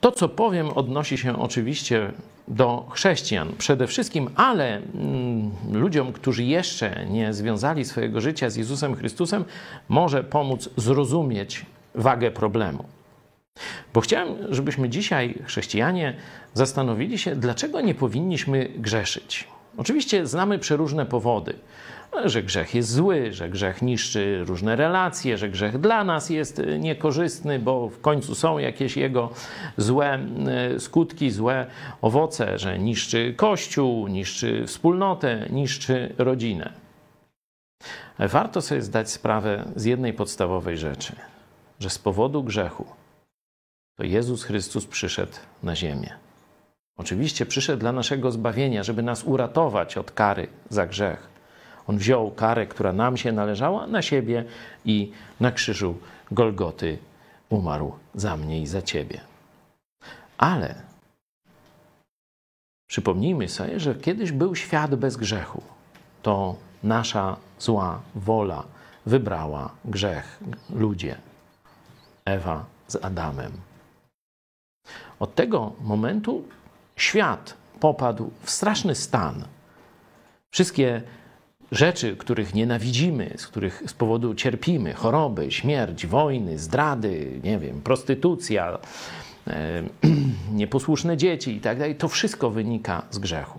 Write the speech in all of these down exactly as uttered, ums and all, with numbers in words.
To, co powiem, odnosi się oczywiście do chrześcijan przede wszystkim, ale mm, ludziom, którzy jeszcze nie związali swojego życia z Jezusem Chrystusem, może pomóc zrozumieć wagę problemu. Bo chciałem, żebyśmy dzisiaj, chrześcijanie, zastanowili się, dlaczego nie powinniśmy grzeszyć. Oczywiście znamy przeróżne powody, że grzech jest zły, że grzech niszczy różne relacje, że grzech dla nas jest niekorzystny, bo w końcu są jakieś jego złe skutki, złe owoce, że niszczy Kościół, niszczy wspólnotę, niszczy rodzinę. Ale warto sobie zdać sprawę z jednej podstawowej rzeczy, że z powodu grzechu to Jezus Chrystus przyszedł na ziemię. Oczywiście przyszedł dla naszego zbawienia, żeby nas uratować od kary za grzech. On wziął karę, która nam się należała, na siebie i na krzyżu Golgoty umarł za mnie i za ciebie. Ale przypomnijmy sobie, że kiedyś był świat bez grzechu. To nasza zła wola wybrała grzech. Ludzie. Ewa z Adamem. Od tego momentu świat popadł w straszny stan. Wszystkie rzeczy, których nienawidzimy, z których z powodu cierpimy, choroby, śmierć, wojny, zdrady, nie wiem, prostytucja, e, nieposłuszne dzieci i tak dalej, to wszystko wynika z grzechu.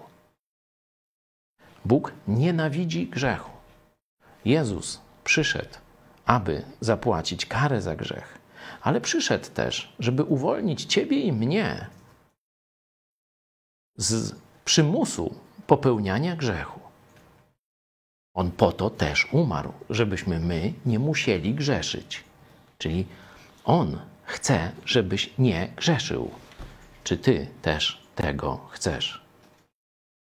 Bóg nienawidzi grzechu. Jezus przyszedł, aby zapłacić karę za grzech, ale przyszedł też, żeby uwolnić ciebie i mnie z przymusu popełniania grzechu. On po to też umarł, żebyśmy my nie musieli grzeszyć. Czyli On chce, żebyś nie grzeszył. Czy ty też tego chcesz?